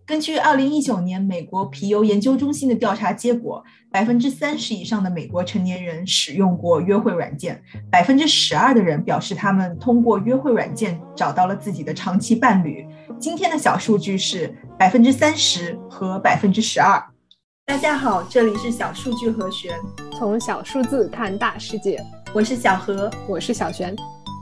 根据2019年美国皮尤研究中心的调查结果，30%以上的美国成年人使用过约会软件，12%的人表示他们通过约会软件找到了自己的长期伴侣。今天的小数据是30%和12%。大家好，这里是小数据和玄， 从小数字看大世界。 我是小何， 我是小璇。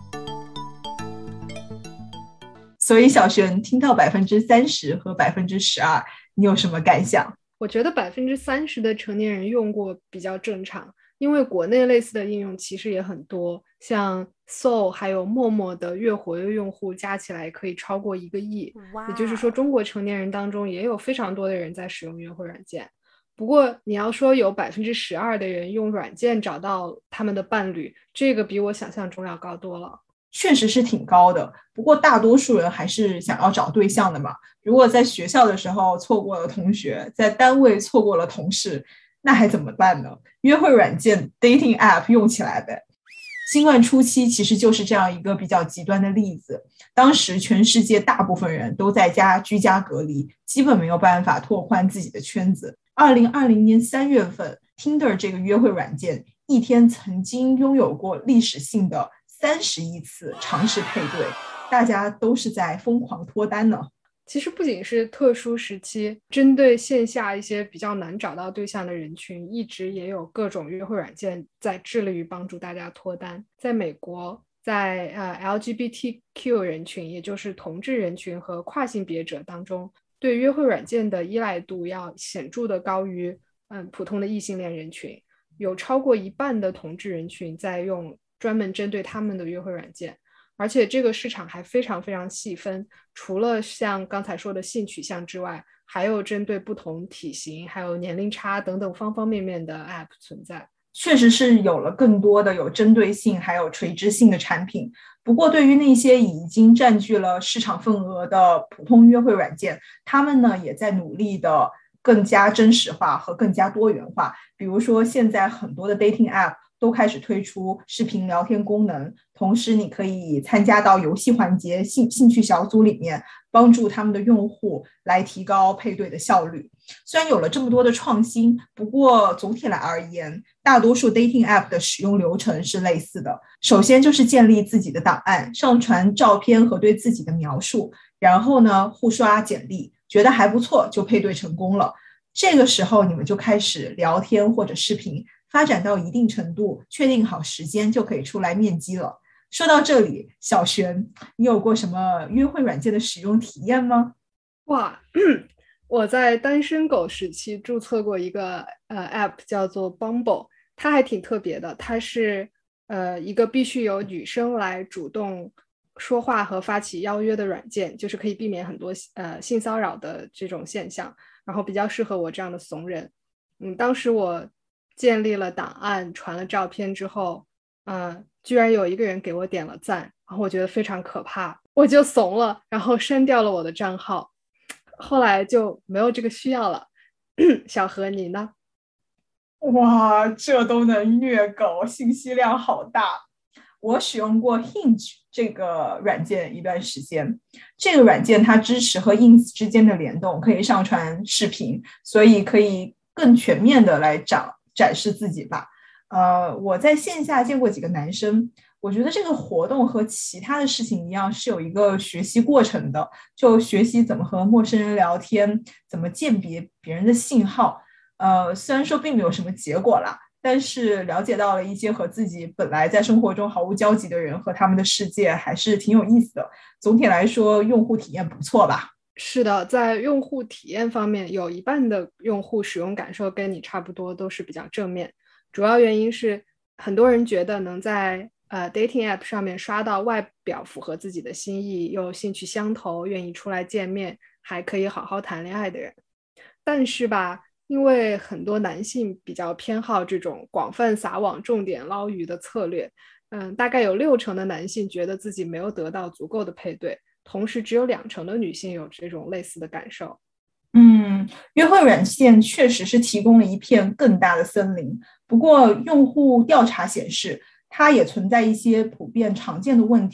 所以小璇听到30%和12%，你有什么感想？ 我觉得30%的成年人用过比较正常，因为国内类似的应用其实也很多，像 Soul 还有陌陌的月活跃用户加起来可以超过1个亿，也就是说中国成年人当中也有非常多的人在使用约会软件。不过你要说有12%的人用软件找到他们的伴侣，这个比我想象中要高多了。 确实是挺高的，不过大多数人还是想要找对象的嘛。如果在学校的时候错过了同学，在单位错过了同事，那还怎么办呢？约会软件 dating app 用起来呗。新冠初期其实就是这样一个比较极端的例子，当时全世界大部分人都在家居家隔离，基本没有办法拓宽自己的圈子。2020年3月份 Tinder 这个约会软件一天曾经拥有过历史性的30亿次尝试配对，大家都是在疯狂脱单呢。 其实不仅是特殊时期，针对线下一些比较难找到对象的人群，一直也有各种约会软件在致力于帮助大家脱单。在美国，在LGBTQ 人群，也就是同志人群和跨性别者当中，对约会软件的依赖度要显著的高于普通的异性恋人群，有超过1半的同志人群在用专门针对他们的约会软件，而且这个市场还非常非常细分，除了像刚才说的性取向之外，还有针对不同体型还有年龄差等等方方面面的 App 存在。 确实是有了更多的有针对性还有垂直性的产品，不过对于那些已经占据了市场份额的普通约会软件，他们呢也在努力的更加真实化和更加多元化。比如说现在很多的 dating app都开始推出视频聊天功能，同时你可以参加到游戏环节、兴趣小组里面，帮助他们的用户来提高配对的效率。虽然有了这么多的创新，不过总体来而言，大多数 dating app 的使用流程是类似的。首先就是建立自己的档案，上传照片和对自己的描述，然后呢互刷简历，觉得还不错就配对成功了。这个时候你们就开始聊天或者视频，发展到一定程度，确定好时间就可以出来面基了。说到这里，小璇，你有过什么约会软件的使用体验吗？ 哇，我在单身狗时期注册过一个App 叫做 Bumble， 它还挺特别的，它是一个必须由女生来主动说话和发起邀约的软件，就是可以避免很多性骚扰的这种现象，然后比较适合我这样的怂人。当时我建立了档案，传了照片之后，居然有一个人给我点了赞，然后我觉得非常可怕，我就怂了，然后删掉了我的账号。后来就没有这个需要了。小何你呢？ 哇，这都能虐狗，信息量好大。我使用过 Hinge 这个软件一段时间，这个软件它支持和 Ins 之间的联动，可以上传视频，所以可以更全面的来展示自己吧。我在线下见过几个男生，我觉得这个活动和其他的事情一样，是有一个学习过程的，就学习怎么和陌生人聊天，怎么鉴别别人的信号。虽然说并没有什么结果啦，但是了解到了一些和自己本来在生活中毫无交集的人和他们的世界，还是挺有意思的。总体来说，用户体验不错吧？ 是的，在用户体验方面，有1半的用户使用感受跟你差不多，都是比较正面。主要原因是很多人觉得能在dating app 上面刷到外表符合自己的心意，又兴趣相投，愿意出来见面，还可以好好谈恋爱的人。但是吧，因为很多男性比较偏好这种广泛撒网、重点捞鱼的策略，大概有60%的男性觉得自己没有得到足够的配对，同时只有20%的女性有这种类似的感受。 约会软件确实是提供了一片更大的森林，不过用户调查显示，它也存在一些普遍常见的问题，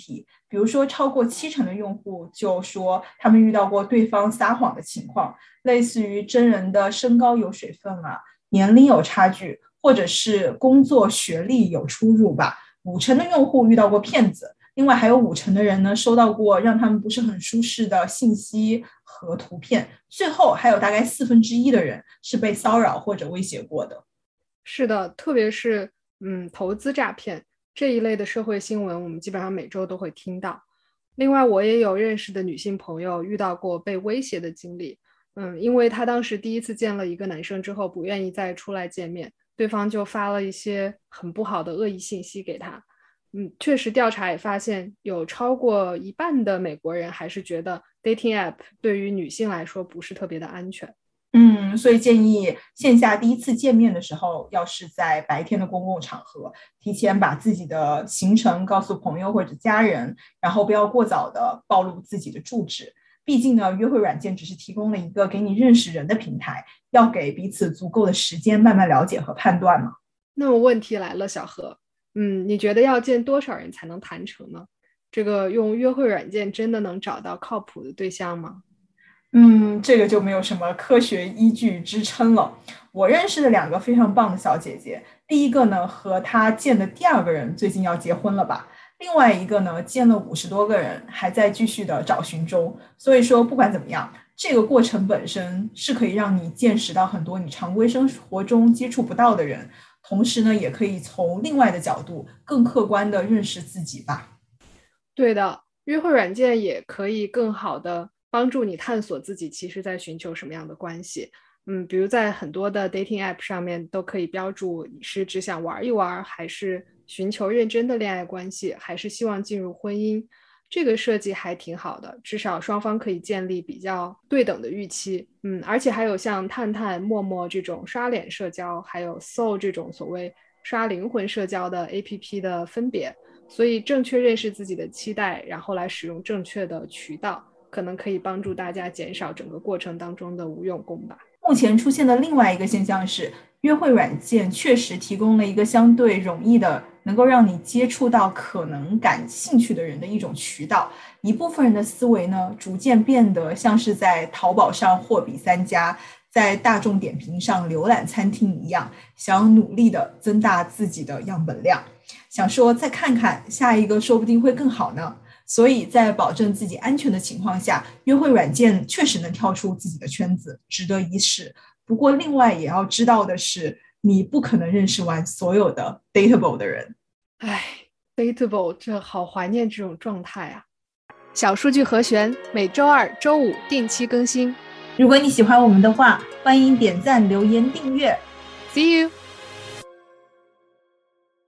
比如说超过70%的用户就说他们遇到过对方撒谎的情况，类似于真人的身高有水分啊，年龄有差距，或者是工作学历有出入吧。50%的用户遇到过骗子，另外还有50%的人呢收到过让他们不是很舒适的信息和图片，最后还有大概1/4的人是被骚扰或者威胁过的。 是的，特别是投资诈骗这一类的社会新闻，我们基本上每周都会听到。另外，我也有认识的女性朋友遇到过被威胁的经历。因为她当时第一次见了一个男生之后，不愿意再出来见面，对方就发了一些很不好的恶意信息给她。确实调查也发现，有超过一半的美国人还是觉得 dating app 对于女性来说不是特别的安全。 所以建议线下第一次见面的时候，要是在白天的公共场合，提前把自己的行程告诉朋友或者家人，然后不要过早的暴露自己的住址。毕竟呢，约会软件只是提供了一个给你认识人的平台，要给彼此足够的时间慢慢了解和判断嘛。 那么问题来了，小何，你觉得要见多少人才能谈成呢？这个用约会软件真的能找到靠谱的对象吗？ 这个就没有什么科学依据支撑了。我认识的2个非常棒的小姐姐，第一个呢和她见的第2个人最近要结婚了吧，另外一个呢见了50多个人，还在继续的找寻中。所以说不管怎么样，这个过程本身是可以让你见识到很多你常规生活中接触不到的人，同时呢也可以从另外的角度更客观的认识自己吧。 对的，约会软件也可以更好的帮助你探索自己其实在寻求什么样的关系。比如在很多的 dating app 上面都可以标注你是只想玩一玩，还是寻求认真的恋爱关系，还是希望进入婚姻。这个设计还挺好的，至少双方可以建立比较对等的预期。而且还有像探探、陌陌这种刷脸社交，还有 Soul 这种所谓刷灵魂社交的 APP 的分别。所以正确认识自己的期待，然后来使用正确的渠道，可能可以帮助大家减少整个过程当中的无用功吧。 目前出现的另外一个现象是，约会软件确实提供了一个相对容易的能够让你接触到可能感兴趣的人的一种渠道。一部分人的思维呢，逐渐变得像是在淘宝上货比三家，在大众点评上浏览餐厅一样，想努力的增大自己的样本量，想说再看看下一个说不定会更好呢。所以在保证自己安全的情况下，约会软件确实能跳出自己的圈子，值得一试。不过另外也要知道的是，你不可能认识完所有的 dateable 的人。 dateable 这好怀念这种状态啊。小数据和弦每周2、周5定期更新。 如果你喜欢我们的话，欢迎点赞、留言、订阅。 See you!